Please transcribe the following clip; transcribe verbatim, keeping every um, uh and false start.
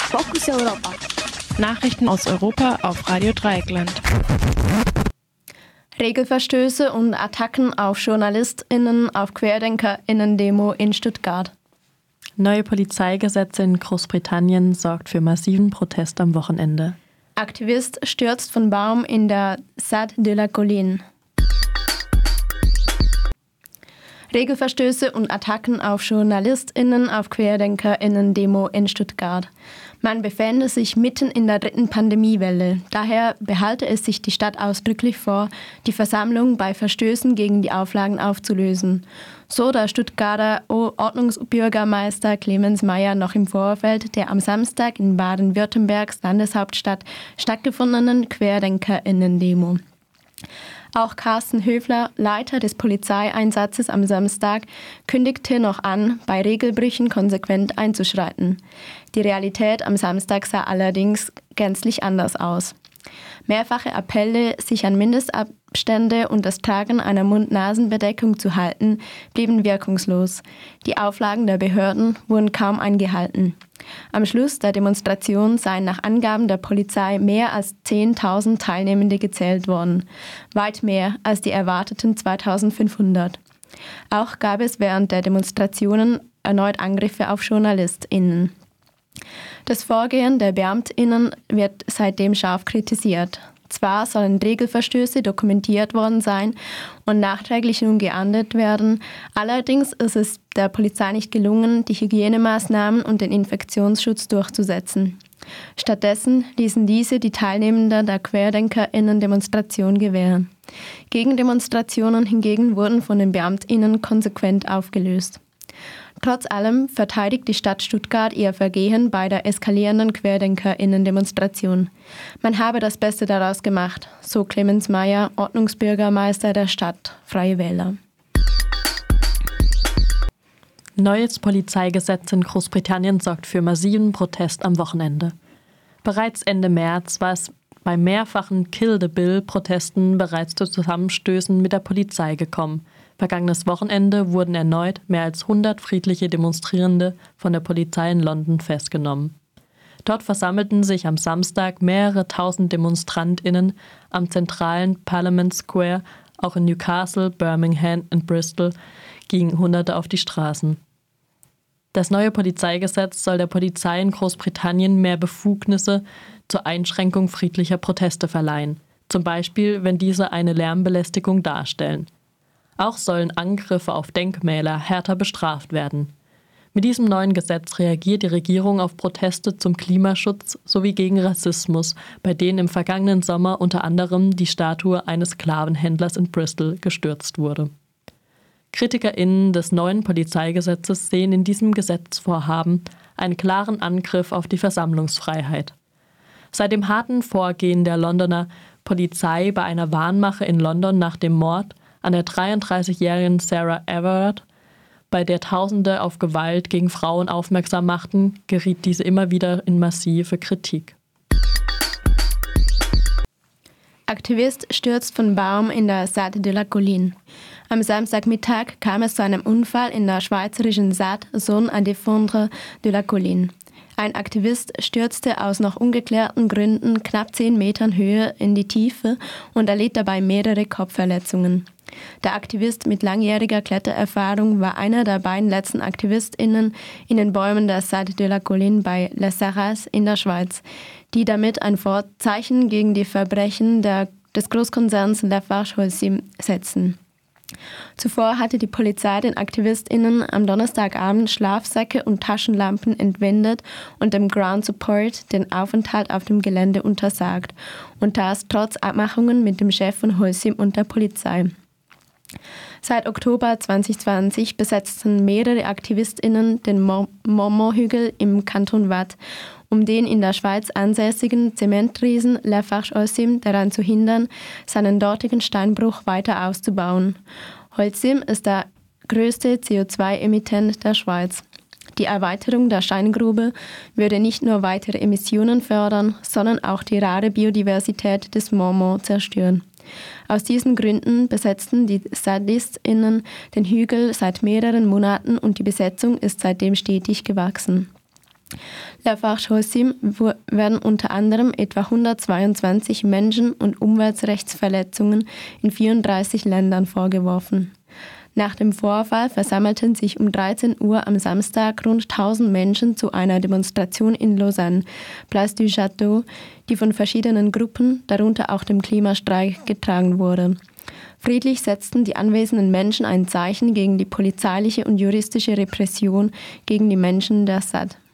Fokus Europa. Nachrichten aus Europa auf Radio Dreieckland. Regelverstöße und Attacken auf JournalistInnen auf QuerdenkerInnen-Demo in Stuttgart. Neue Polizeigesetze in Großbritannien sorgt für massiven Protest am Wochenende. Aktivist stürzt von Baum in der Sade de la Colline. Regelverstöße und Attacken auf JournalistInnen auf QuerdenkerInnen-Demo in Stuttgart. Man befände sich mitten in der dritten Pandemiewelle. Daher behalte es sich die Stadt ausdrücklich vor, die Versammlung bei Verstößen gegen die Auflagen aufzulösen. So der Stuttgarter Ordnungsbürgermeister Clemens Meyer noch im Vorfeld der am Samstag in Baden-Württembergs Landeshauptstadt stattgefundenen QuerdenkerInnen-Demo. Auch Carsten Höfler, Leiter des Polizeieinsatzes am Samstag, kündigte noch an, bei Regelbrüchen konsequent einzuschreiten. Die Realität am Samstag sah allerdings gänzlich anders aus. Mehrfache Appelle, sich an Mindestabstände und das Tragen einer Mund-Nasen-Bedeckung zu halten, blieben wirkungslos. Die Auflagen der Behörden wurden kaum eingehalten. Am Schluss der Demonstration seien nach Angaben der Polizei mehr als zehntausend Teilnehmende gezählt worden, weit mehr als die erwarteten zweitausendfünfhundert. Auch gab es während der Demonstrationen erneut Angriffe auf JournalistInnen. Das Vorgehen der BeamtInnen wird seitdem scharf kritisiert. Zwar sollen Regelverstöße dokumentiert worden sein und nachträglich nun geahndet werden, allerdings ist es der Polizei nicht gelungen, die Hygienemaßnahmen und den Infektionsschutz durchzusetzen. Stattdessen ließen diese die Teilnehmenden der QuerdenkerInnen-Demonstration gewähren. Gegendemonstrationen hingegen wurden von den BeamtInnen konsequent aufgelöst. Trotz allem verteidigt die Stadt Stuttgart ihr Vergehen bei der eskalierenden QuerdenkerInnen-Demonstration. Man habe das Beste daraus gemacht, so Clemens Meyer, Ordnungsbürgermeister der Stadt, Freie Wähler. Neues Polizeigesetz in Großbritannien sorgt für massiven Protest am Wochenende. Bereits Ende März war es bei mehrfachen Kill-the-Bill-Protesten bereits zu Zusammenstößen mit der Polizei gekommen. Vergangenes Wochenende wurden erneut mehr als hundert friedliche Demonstrierende von der Polizei in London festgenommen. Dort versammelten sich am Samstag mehrere tausend DemonstrantInnen am zentralen Parliament Square. Auch in Newcastle, Birmingham und Bristol gingen Hunderte auf die Straßen. Das neue Polizeigesetz soll der Polizei in Großbritannien mehr Befugnisse zur Einschränkung friedlicher Proteste verleihen, zum Beispiel wenn diese eine Lärmbelästigung darstellen. Auch sollen Angriffe auf Denkmäler härter bestraft werden. Mit diesem neuen Gesetz reagiert die Regierung auf Proteste zum Klimaschutz sowie gegen Rassismus, bei denen im vergangenen Sommer unter anderem die Statue eines Sklavenhändlers in Bristol gestürzt wurde. KritikerInnen des neuen Polizeigesetzes sehen in diesem Gesetzvorhaben einen klaren Angriff auf die Versammlungsfreiheit. Seit dem harten Vorgehen der Londoner Polizei bei einer Warnmache in London nach dem Mord an der dreiunddreißigjährigen Sarah Everard, bei der Tausende auf Gewalt gegen Frauen aufmerksam machten, geriet diese immer wieder in massive Kritik. Aktivist stürzt von Baum in der Sade de la Colline. Am Samstagmittag kam es zu einem Unfall in der schweizerischen Sade Zone à Défendre de la Colline. Ein Aktivist stürzte aus noch ungeklärten Gründen knapp zehn Metern Höhe in die Tiefe und erlitt dabei mehrere Kopfverletzungen. Der Aktivist mit langjähriger Klettererfahrung war einer der beiden letzten AktivistInnen in den Bäumen der Sade de la Colline bei Les Sarraz in der Schweiz, die damit ein Vorzeichen gegen die Verbrechen der, des Großkonzerns Lafarge-Holcim setzen. Zuvor hatte die Polizei den AktivistInnen am Donnerstagabend Schlafsäcke und Taschenlampen entwendet und dem Ground Support den Aufenthalt auf dem Gelände untersagt, und das trotz Abmachungen mit dem Chef von Holcim und der Polizei. Seit Oktober zwanzig zwanzig besetzten mehrere AktivistInnen den Momo-Hügel im Kanton Waadt, um den in der Schweiz ansässigen Zementriesen Lafarge-Holcim daran zu hindern, seinen dortigen Steinbruch weiter auszubauen. Holcim ist der größte C O zwei Emittent der Schweiz. Die Erweiterung der Steingrube würde nicht nur weitere Emissionen fördern, sondern auch die rare Biodiversität des Momo zerstören. Aus diesen Gründen besetzten die SadistInnen den Hügel seit mehreren Monaten und die Besetzung ist seitdem stetig gewachsen. Der Fachhosim werden unter anderem etwa hundertzweiundzwanzig Menschen- und Umweltrechtsverletzungen in vierunddreißig Ländern vorgeworfen. Nach dem Vorfall versammelten sich um dreizehn Uhr am Samstag rund tausend Menschen zu einer Demonstration in Lausanne, Place du Château, die von verschiedenen Gruppen, darunter auch dem Klimastreik, getragen wurde. Friedlich setzten die anwesenden Menschen ein Zeichen gegen die polizeiliche und juristische Repression gegen die Menschen der S A D.